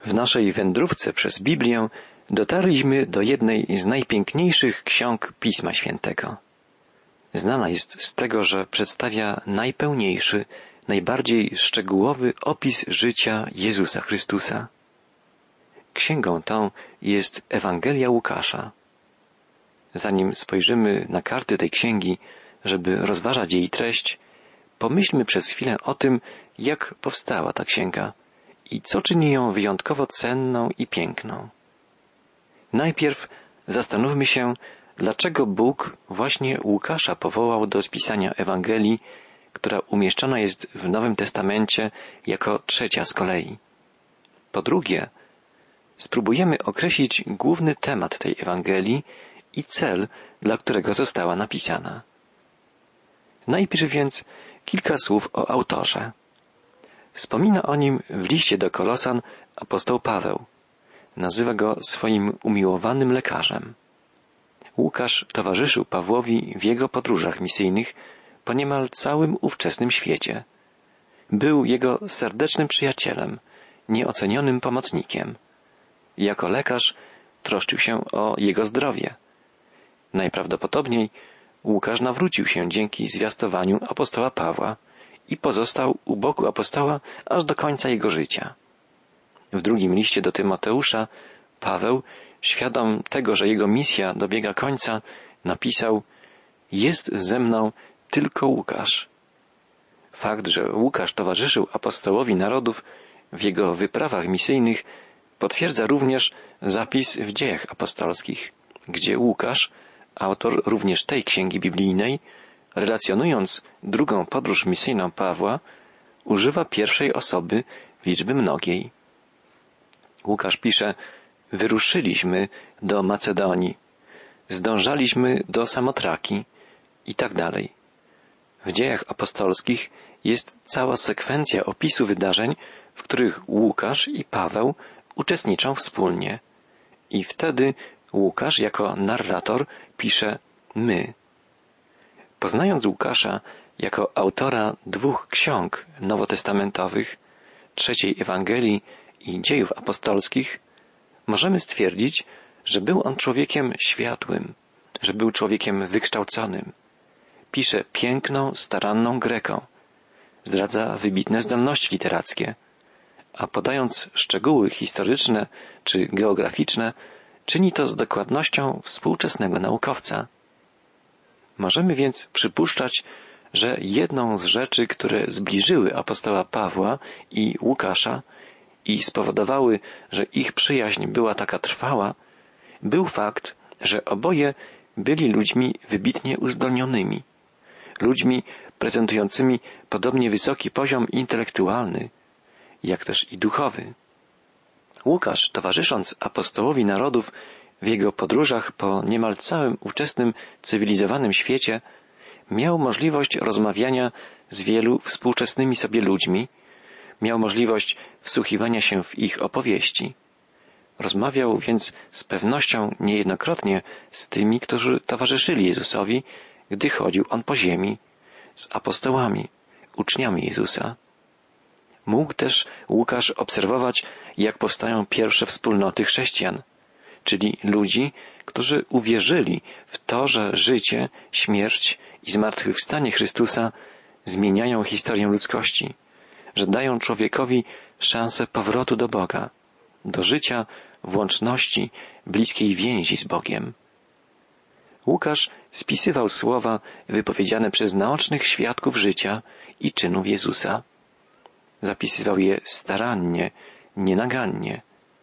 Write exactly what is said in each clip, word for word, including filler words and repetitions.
W naszej wędrówce przez Biblię dotarliśmy do jednej z najpiękniejszych ksiąg Pisma Świętego. Znana jest z tego, że przedstawia najpełniejszy, najbardziej szczegółowy opis życia Jezusa Chrystusa. Księgą tą jest Ewangelia Łukasza. Zanim spojrzymy na karty tej księgi, żeby rozważać jej treść, pomyślmy przez chwilę o tym, jak powstała ta księga i co czyni ją wyjątkowo cenną i piękną. Najpierw zastanówmy się, dlaczego Bóg właśnie Łukasza powołał do spisania Ewangelii, która umieszczona jest w Nowym Testamencie jako trzecia z kolei. Po drugie, spróbujemy określić główny temat tej Ewangelii i cel, dla którego została napisana. Najpierw więc kilka słów o autorze. Wspomina o nim w liście do Kolosan apostoł Paweł. Nazywa go swoim umiłowanym lekarzem. Łukasz towarzyszył Pawłowi w jego podróżach misyjnych po niemal całym ówczesnym świecie. Był jego serdecznym przyjacielem, nieocenionym pomocnikiem. Jako lekarz troszczył się o jego zdrowie. Najprawdopodobniej Łukasz nawrócił się dzięki zwiastowaniu apostoła Pawła i pozostał u boku apostoła aż do końca jego życia. W drugim liście do Tymoteusza Paweł, świadom tego, że jego misja dobiega końca, napisał: jest ze mną tylko Łukasz. Fakt, że Łukasz towarzyszył apostołowi narodów w jego wyprawach misyjnych, potwierdza również zapis w Dziejach Apostolskich, gdzie Łukasz, autor również tej księgi biblijnej, relacjonując drugą podróż misyjną Pawła, używa pierwszej osoby liczby mnogiej. Łukasz pisze: wyruszyliśmy do Macedonii, zdążaliśmy do Samotraki i tak dalej. W Dziejach Apostolskich jest cała sekwencja opisu wydarzeń, w których Łukasz i Paweł uczestniczą wspólnie. I wtedy Łukasz jako narrator pisze my. Poznając Łukasza jako autora dwóch ksiąg nowotestamentowych, trzeciej Ewangelii i Dziejów Apostolskich, możemy stwierdzić, że był on człowiekiem światłym, że był człowiekiem wykształconym. Pisze piękną, staranną Greką. Zdradza wybitne zdolności literackie, a podając szczegóły historyczne czy geograficzne, czyni to z dokładnością współczesnego naukowca. Możemy więc przypuszczać, że jedną z rzeczy, które zbliżyły apostoła Pawła i Łukasza i spowodowały, że ich przyjaźń była taka trwała, był fakt, że oboje byli ludźmi wybitnie uzdolnionymi, ludźmi prezentującymi podobnie wysoki poziom intelektualny, jak też i duchowy. Łukasz, towarzysząc apostołowi narodów w jego podróżach po niemal całym ówczesnym cywilizowanym świecie, miał możliwość rozmawiania z wielu współczesnymi sobie ludźmi, miał możliwość wsłuchiwania się w ich opowieści. Rozmawiał więc z pewnością niejednokrotnie z tymi, którzy towarzyszyli Jezusowi, gdy chodził on po ziemi, z apostołami, uczniami Jezusa. Mógł też Łukasz obserwować, jak powstają pierwsze wspólnoty chrześcijan, czyli ludzi, którzy uwierzyli w to, że życie, śmierć i zmartwychwstanie Chrystusa zmieniają historię ludzkości, że dają człowiekowi szansę powrotu do Boga, do życia w łączności, bliskiej więzi z Bogiem. Łukasz spisywał słowa wypowiedziane przez naocznych świadków życia i czynów Jezusa. Zapisywał je starannie, nienagannie.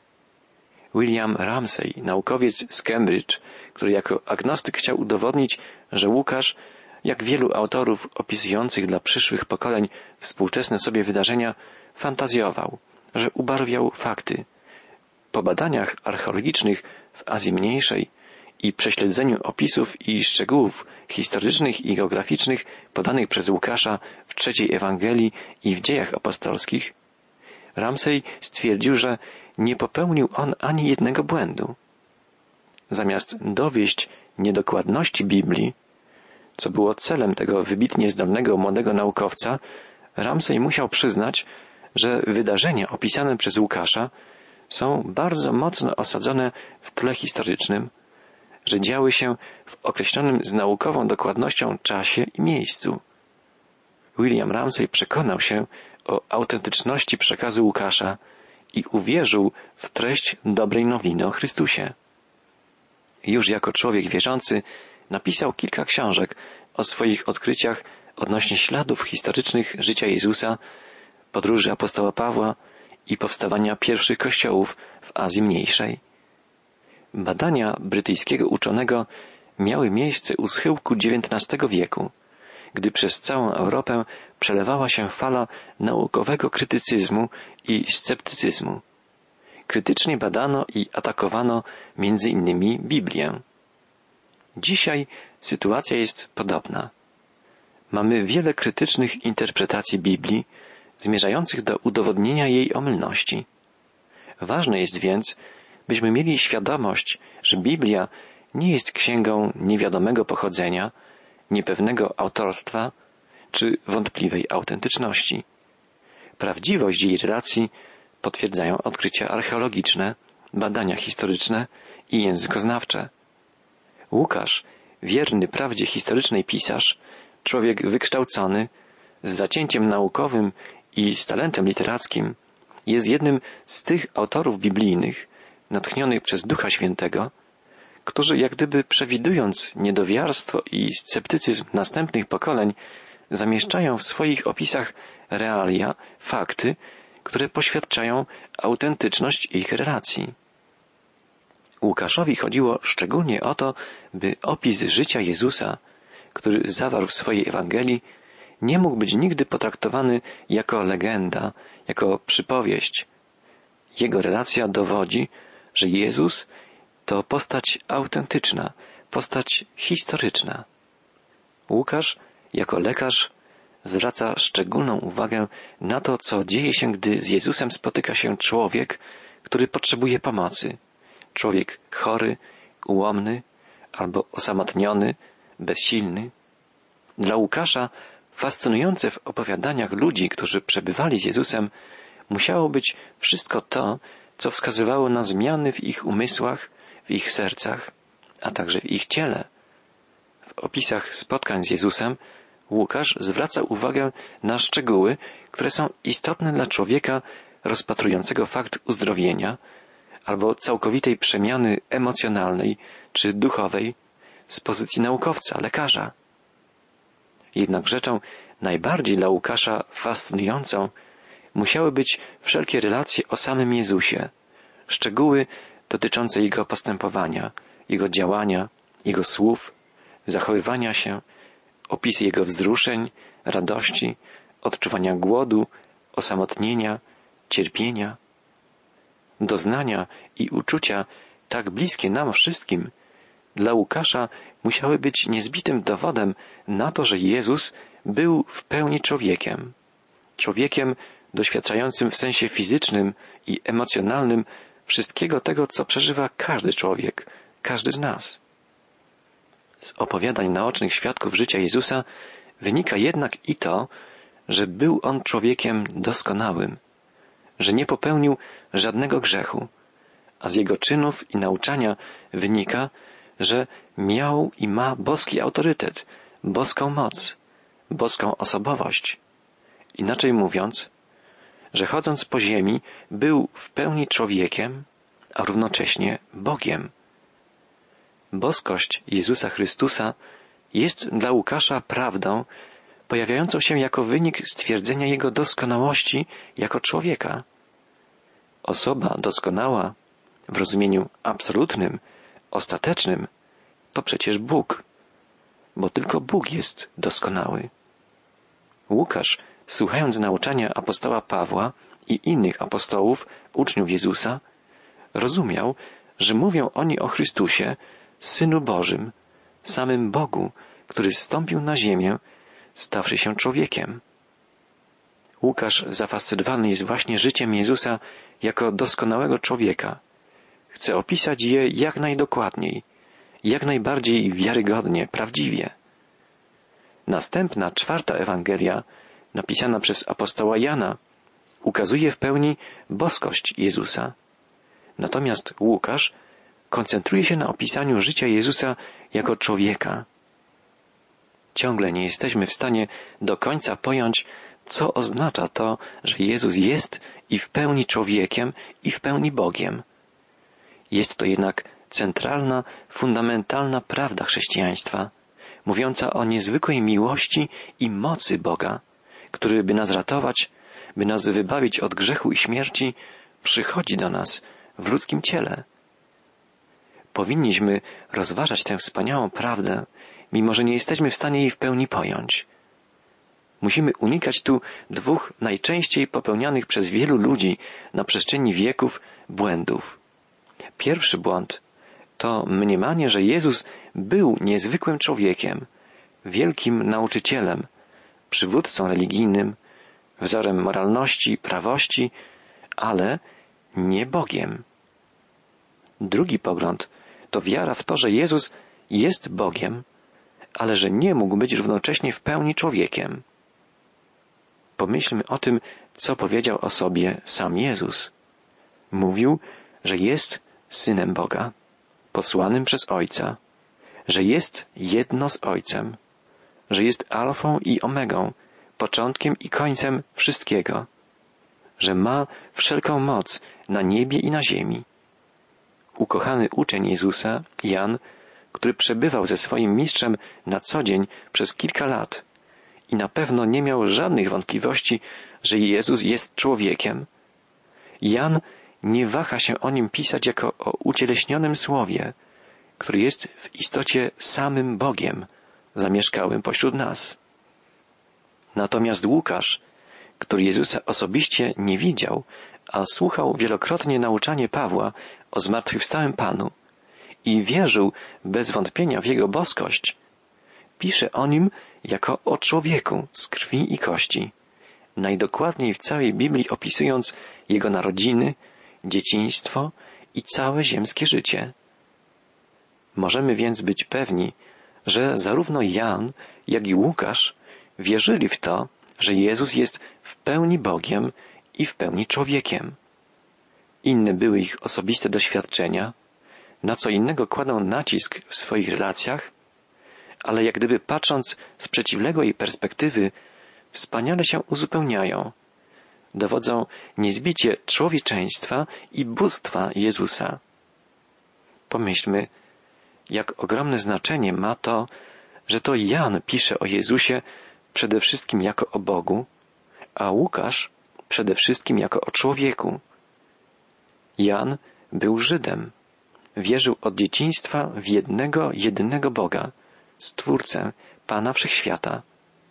William Ramsay, naukowiec z Cambridge, który jako agnostyk chciał udowodnić, że Łukasz, jak wielu autorów opisujących dla przyszłych pokoleń współczesne sobie wydarzenia, fantazjował, że ubarwiał fakty. Po badaniach archeologicznych w Azji Mniejszej i prześledzeniu opisów i szczegółów historycznych i geograficznych podanych przez Łukasza w trzeciej Ewangelii i w Dziejach Apostolskich, Ramsay stwierdził, że nie popełnił on ani jednego błędu. Zamiast dowieść niedokładności Biblii, co było celem tego wybitnie zdolnego młodego naukowca, Ramsay musiał przyznać, że wydarzenia opisane przez Łukasza są bardzo mocno osadzone w tle historycznym, że działy się w określonym z naukową dokładnością czasie i miejscu. William Ramsay przekonał się o autentyczności przekazu Łukasza i uwierzył w treść dobrej nowiny o Chrystusie. Już jako człowiek wierzący napisał kilka książek o swoich odkryciach odnośnie śladów historycznych życia Jezusa, podróży apostoła Pawła i powstawania pierwszych kościołów w Azji Mniejszej. Badania brytyjskiego uczonego miały miejsce u schyłku dziewiętnastego wieku, gdy przez całą Europę przelewała się fala naukowego krytycyzmu i sceptycyzmu. Krytycznie badano i atakowano między innymi Biblię. Dzisiaj sytuacja jest podobna. Mamy wiele krytycznych interpretacji Biblii, zmierzających do udowodnienia jej omylności. Ważne jest więc, byśmy mieli świadomość, że Biblia nie jest księgą niewiadomego pochodzenia, niepewnego autorstwa czy wątpliwej autentyczności. Prawdziwość jej relacji potwierdzają odkrycia archeologiczne, badania historyczne i językoznawcze. Łukasz, wierny prawdzie historycznej pisarz, człowiek wykształcony, z zacięciem naukowym i z talentem literackim, jest jednym z tych autorów biblijnych, natchnionych przez Ducha Świętego, którzy jak gdyby przewidując niedowiarstwo i sceptycyzm następnych pokoleń, zamieszczają w swoich opisach realia, fakty, które poświadczają autentyczność ich relacji. Łukaszowi chodziło szczególnie o to, by opis życia Jezusa, który zawarł w swojej Ewangelii, nie mógł być nigdy potraktowany jako legenda, jako przypowieść. Jego relacja dowodzi, że Jezus to postać autentyczna, postać historyczna. Łukasz, jako lekarz, zwraca szczególną uwagę na to, co dzieje się, gdy z Jezusem spotyka się człowiek, który potrzebuje pomocy. Człowiek chory, ułomny albo osamotniony, bezsilny. Dla Łukasza fascynujące w opowiadaniach ludzi, którzy przebywali z Jezusem, musiało być wszystko to, co wskazywało na zmiany w ich umysłach, w ich sercach, a także w ich ciele. W opisach spotkań z Jezusem Łukasz zwraca uwagę na szczegóły, które są istotne dla człowieka rozpatrującego fakt uzdrowienia albo całkowitej przemiany emocjonalnej czy duchowej z pozycji naukowca, lekarza. Jednak rzeczą najbardziej dla Łukasza fascynującą musiały być wszelkie relacje o samym Jezusie, szczegóły dotyczące Jego postępowania, Jego działania, Jego słów, zachowywania się, opisy Jego wzruszeń, radości, odczuwania głodu, osamotnienia, cierpienia. Doznania i uczucia tak bliskie nam wszystkim dla Łukasza musiały być niezbitym dowodem na to, że Jezus był w pełni człowiekiem. Człowiekiem doświadczającym w sensie fizycznym i emocjonalnym wszystkiego tego, co przeżywa każdy człowiek, każdy z nas. Z opowiadań naocznych świadków życia Jezusa wynika jednak i to, że był On człowiekiem doskonałym, że nie popełnił żadnego grzechu, a z Jego czynów i nauczania wynika, że miał i ma boski autorytet, boską moc, boską osobowość. Inaczej mówiąc, że chodząc po ziemi był w pełni człowiekiem, a równocześnie Bogiem. Boskość Jezusa Chrystusa jest dla Łukasza prawdą pojawiającą się jako wynik stwierdzenia Jego doskonałości jako człowieka. Osoba doskonała w rozumieniu absolutnym, ostatecznym to przecież Bóg, bo tylko Bóg jest doskonały. Łukasz, słuchając nauczania apostoła Pawła i innych apostołów, uczniów Jezusa, rozumiał, że mówią oni o Chrystusie, Synu Bożym, samym Bogu, który zstąpił na ziemię, stawszy się człowiekiem. Łukasz zafascynowany jest właśnie życiem Jezusa jako doskonałego człowieka. Chce opisać je jak najdokładniej, jak najbardziej wiarygodnie, prawdziwie. Następna, czwarta Ewangelia, napisana przez apostoła Jana, ukazuje w pełni boskość Jezusa. Natomiast Łukasz koncentruje się na opisaniu życia Jezusa jako człowieka. Ciągle nie jesteśmy w stanie do końca pojąć, co oznacza to, że Jezus jest i w pełni człowiekiem, i w pełni Bogiem. Jest to jednak centralna, fundamentalna prawda chrześcijaństwa, mówiąca o niezwykłej miłości i mocy Boga, który, by nas ratować, by nas wybawić od grzechu i śmierci, przychodzi do nas w ludzkim ciele. Powinniśmy rozważać tę wspaniałą prawdę, mimo że nie jesteśmy w stanie jej w pełni pojąć. Musimy unikać tu dwóch najczęściej popełnianych przez wielu ludzi na przestrzeni wieków błędów. Pierwszy błąd to mniemanie, że Jezus był niezwykłym człowiekiem, wielkim nauczycielem, przywódcą religijnym, wzorem moralności, prawości, ale nie Bogiem. Drugi pogląd to wiara w to, że Jezus jest Bogiem, ale że nie mógł być równocześnie w pełni człowiekiem. Pomyślmy o tym, co powiedział o sobie sam Jezus. Mówił, że jest Synem Boga, posłanym przez Ojca, że jest jedno z Ojcem, że jest alfą i omegą, początkiem i końcem wszystkiego, że ma wszelką moc na niebie i na ziemi. Ukochany uczeń Jezusa, Jan, który przebywał ze swoim mistrzem na co dzień przez kilka lat i na pewno nie miał żadnych wątpliwości, że Jezus jest człowiekiem, Jan nie waha się o nim pisać jako o ucieleśnionym słowie, który jest w istocie samym Bogiem, zamieszkałym pośród nas. Natomiast Łukasz, który Jezusa osobiście nie widział, a słuchał wielokrotnie nauczanie Pawła o zmartwychwstałym Panu i wierzył bez wątpienia w Jego boskość, pisze o Nim jako o człowieku z krwi i kości, najdokładniej w całej Biblii opisując Jego narodziny, dzieciństwo i całe ziemskie życie. Możemy więc być pewni, że zarówno Jan, jak i Łukasz wierzyli w to, że Jezus jest w pełni Bogiem i w pełni człowiekiem. Inne były ich osobiste doświadczenia, na co innego kładą nacisk w swoich relacjach, ale jak gdyby patrząc z przeciwległej perspektywy, wspaniale się uzupełniają, dowodzą niezbicie człowieczeństwa i bóstwa Jezusa. Pomyślmy, jak ogromne znaczenie ma to, że to Jan pisze o Jezusie przede wszystkim jako o Bogu, a Łukasz przede wszystkim jako o człowieku. Jan był Żydem. Wierzył od dzieciństwa w jednego, jedynego Boga, Stwórcę, Pana Wszechświata.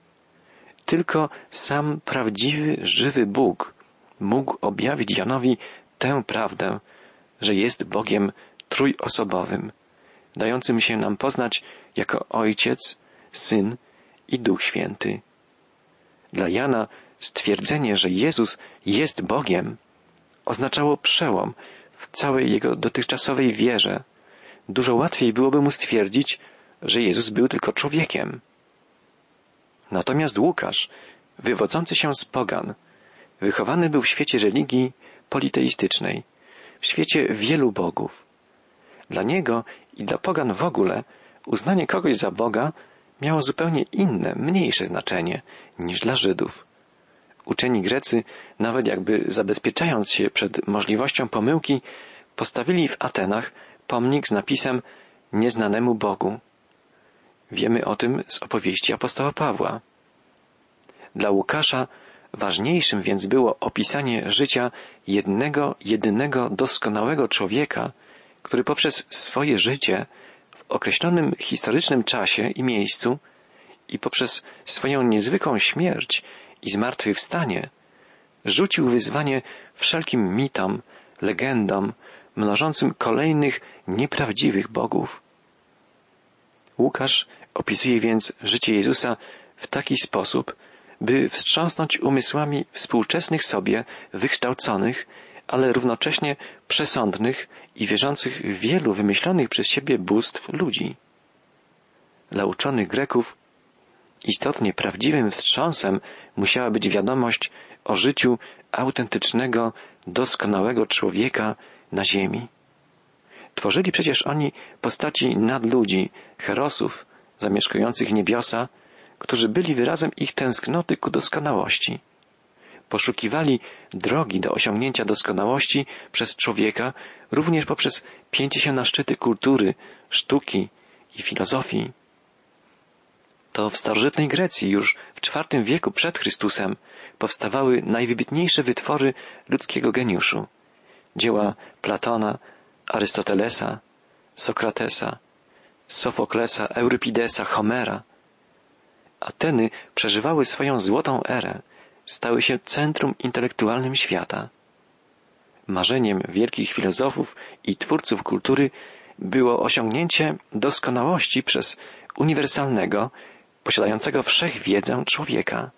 Tylko sam prawdziwy, żywy Bóg mógł objawić Janowi tę prawdę, że jest Bogiem trójosobowym, dającym się nam poznać jako Ojciec, Syn i Duch Święty. Dla Jana stwierdzenie, że Jezus jest Bogiem, oznaczało przełom w całej jego dotychczasowej wierze. Dużo łatwiej byłoby mu stwierdzić, że Jezus był tylko człowiekiem. Natomiast Łukasz, wywodzący się z pogan, wychowany był w świecie religii politeistycznej, w świecie wielu bogów. Dla niego i dla pogan w ogóle uznanie kogoś za Boga miało zupełnie inne, mniejsze znaczenie niż dla Żydów. Uczeni Grecy, nawet jakby zabezpieczając się przed możliwością pomyłki, postawili w Atenach pomnik z napisem Nieznanemu Bogu. Wiemy o tym z opowieści apostoła Pawła. Dla Łukasza ważniejszym więc było opisanie życia jednego, jedynego, doskonałego człowieka, który poprzez swoje życie w określonym historycznym czasie i miejscu i poprzez swoją niezwykłą śmierć i zmartwychwstanie rzucił wyzwanie wszelkim mitom, legendom, mnożącym kolejnych nieprawdziwych bogów. Łukasz opisuje więc życie Jezusa w taki sposób, by wstrząsnąć umysłami współczesnych sobie, wykształconych, ale równocześnie przesądnych i wierzących w wielu wymyślonych przez siebie bóstw ludzi. Dla uczonych Greków istotnie prawdziwym wstrząsem musiała być wiadomość o życiu autentycznego, doskonałego człowieka na ziemi. Tworzyli przecież oni postaci nadludzi, herosów, zamieszkujących niebiosa, którzy byli wyrazem ich tęsknoty ku doskonałości. Poszukiwali drogi do osiągnięcia doskonałości przez człowieka również poprzez pięcie się na szczyty kultury, sztuki i filozofii. To w starożytnej Grecji już w czwartym wieku przed Chrystusem powstawały najwybitniejsze wytwory ludzkiego geniuszu. Dzieła Platona, Arystotelesa, Sokratesa, Sofoklesa, Eurypidesa, Homera. Ateny przeżywały swoją złotą erę, stały się centrum intelektualnym świata. Marzeniem wielkich filozofów i twórców kultury było osiągnięcie doskonałości przez uniwersalnego, posiadającego wszechwiedzę człowieka.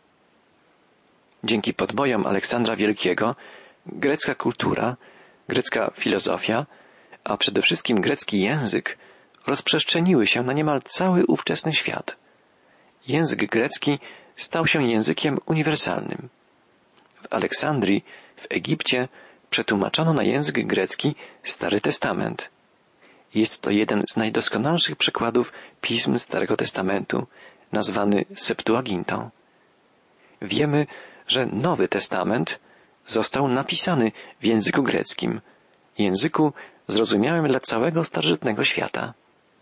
Dzięki podbojom Aleksandra Wielkiego grecka kultura, grecka filozofia, a przede wszystkim grecki język rozprzestrzeniły się na niemal cały ówczesny świat. Język grecki stał się językiem uniwersalnym. W Aleksandrii, w Egipcie, przetłumaczono na język grecki Stary Testament. Jest to jeden z najdoskonalszych przykładów pism Starego Testamentu, nazwany Septuagintą. Wiemy, że Nowy Testament został napisany w języku greckim, języku zrozumiałym dla całego starożytnego świata.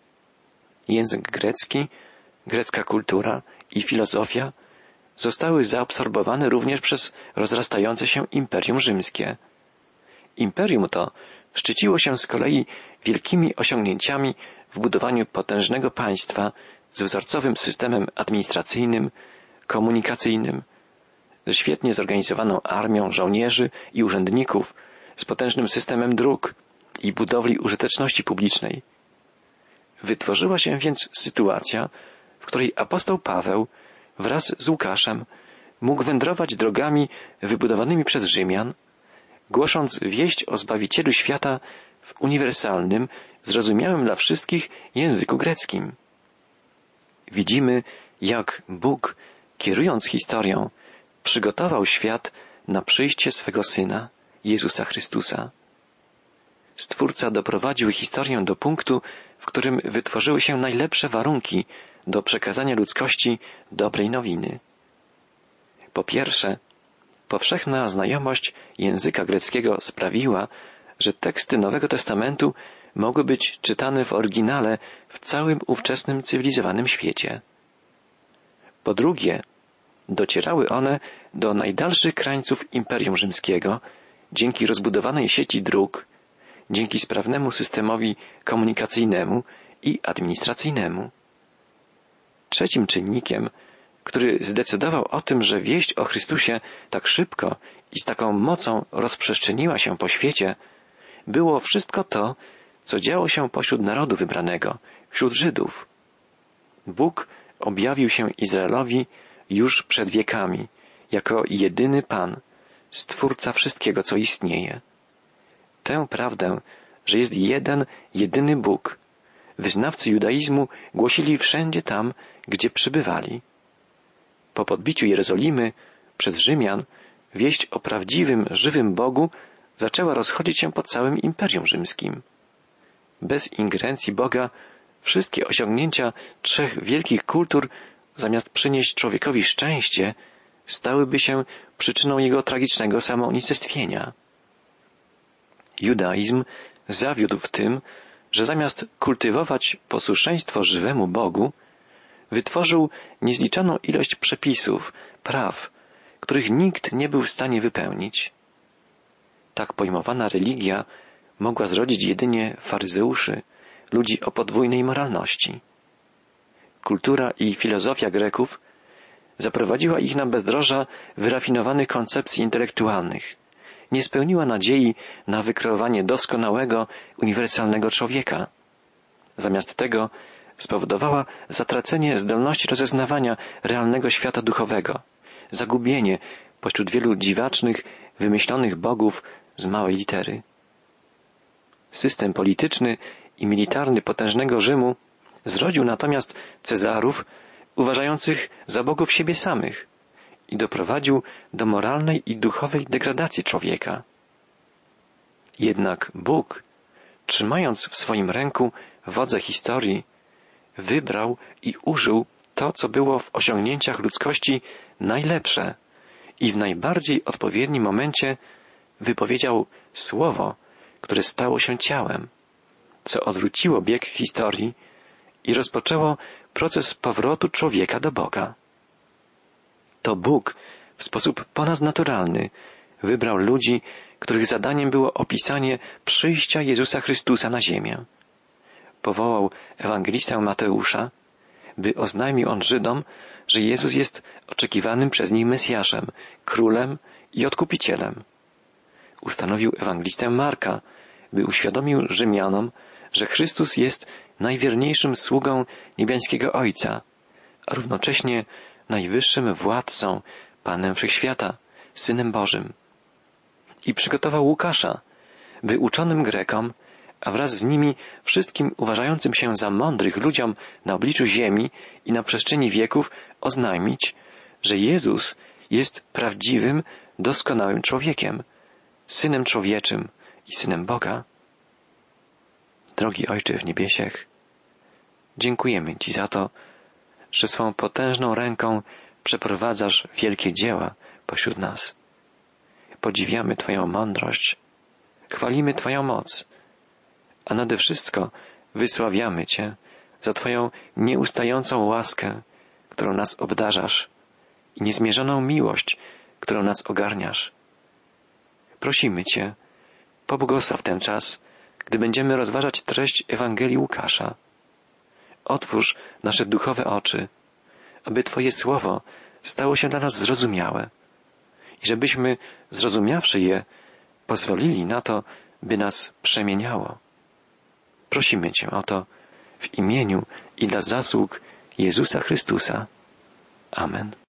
Język grecki, grecka kultura i filozofia zostały zaabsorbowane również przez rozrastające się Imperium Rzymskie. Imperium to szczyciło się z kolei wielkimi osiągnięciami w budowaniu potężnego państwa z wzorcowym systemem administracyjnym, komunikacyjnym, ze świetnie zorganizowaną armią żołnierzy i urzędników, z potężnym systemem dróg i budowli użyteczności publicznej. Wytworzyła się więc sytuacja, w której apostoł Paweł wraz z Łukaszem mógł wędrować drogami wybudowanymi przez Rzymian, głosząc wieść o Zbawicielu świata w uniwersalnym, zrozumiałym dla wszystkich języku greckim. Widzimy, jak Bóg, kierując historią, przygotował świat na przyjście swego Syna, Jezusa Chrystusa. Stwórca doprowadził historię do punktu, w którym wytworzyły się najlepsze warunki do przekazania ludzkości dobrej nowiny. Po pierwsze, powszechna znajomość języka greckiego sprawiła, że teksty Nowego Testamentu mogły być czytane w oryginale w całym ówczesnym cywilizowanym świecie. Po drugie, docierały one do najdalszych krańców Imperium Rzymskiego dzięki rozbudowanej sieci dróg, dzięki sprawnemu systemowi komunikacyjnemu i administracyjnemu. Trzecim czynnikiem, który zdecydował o tym, że wieść o Chrystusie tak szybko i z taką mocą rozprzestrzeniła się po świecie, było wszystko to, co działo się pośród narodu wybranego, wśród Żydów. Bóg objawił się Izraelowi już przed wiekami, jako jedyny Pan, Stwórca wszystkiego, co istnieje. Tę prawdę, że jest jeden, jedyny Bóg, wyznawcy judaizmu głosili wszędzie tam, gdzie przybywali. Po podbiciu Jerozolimy przez Rzymian wieść o prawdziwym, żywym Bogu zaczęła rozchodzić się po całym Imperium Rzymskim. Bez ingerencji Boga wszystkie osiągnięcia trzech wielkich kultur, zamiast przynieść człowiekowi szczęście, stałyby się przyczyną jego tragicznego samounicestwienia. Judaizm zawiódł w tym, że zamiast kultywować posłuszeństwo żywemu Bogu, wytworzył niezliczoną ilość przepisów, praw, których nikt nie był w stanie wypełnić. Tak pojmowana religia mogła zrodzić jedynie faryzeuszy, ludzi o podwójnej moralności. Kultura i filozofia Greków zaprowadziła ich na bezdroża wyrafinowanych koncepcji intelektualnych. Nie spełniła nadziei na wykreowanie doskonałego, uniwersalnego człowieka. Zamiast tego spowodowała zatracenie zdolności rozeznawania realnego świata duchowego, zagubienie pośród wielu dziwacznych, wymyślonych bogów z małej litery. System polityczny i militarny potężnego Rzymu zrodził natomiast Cezarów uważających za bogów siebie samych i doprowadził do moralnej i duchowej degradacji człowieka. Jednak Bóg, trzymając w swoim ręku wodzę historii, wybrał i użył to, co było w osiągnięciach ludzkości najlepsze i w najbardziej odpowiednim momencie wypowiedział słowo, które stało się ciałem, co odwróciło bieg historii i rozpoczęło proces powrotu człowieka do Boga. To Bóg w sposób ponadnaturalny wybrał ludzi, których zadaniem było opisanie przyjścia Jezusa Chrystusa na ziemię. Powołał ewangelistę Mateusza, by oznajmił on Żydom, że Jezus jest oczekiwanym przez nich Mesjaszem, królem i odkupicielem. Ustanowił ewangelistę Marka, by uświadomił Rzymianom, że Chrystus jest najwierniejszym sługą niebiańskiego Ojca, a równocześnie najwyższym władcą, Panem Wszechświata, Synem Bożym. I przygotował Łukasza, by uczonym Grekom, a wraz z nimi wszystkim uważającym się za mądrych ludziom na obliczu ziemi i na przestrzeni wieków oznajmić, że Jezus jest prawdziwym, doskonałym człowiekiem, Synem Człowieczym i Synem Boga. Drogi Ojcze w niebiesiech, dziękujemy Ci za to, że swą potężną ręką przeprowadzasz wielkie dzieła pośród nas. Podziwiamy Twoją mądrość, chwalimy Twoją moc, a nade wszystko wysławiamy Cię za Twoją nieustającą łaskę, którą nas obdarzasz i niezmierzoną miłość, którą nas ogarniasz. Prosimy Cię, pobłogosław ten czas, gdy będziemy rozważać treść Ewangelii Łukasza. Otwórz nasze duchowe oczy, aby Twoje słowo stało się dla nas zrozumiałe i żebyśmy, zrozumiawszy je, pozwolili na to, by nas przemieniało. Prosimy Cię o to w imieniu i dla zasług Jezusa Chrystusa. Amen.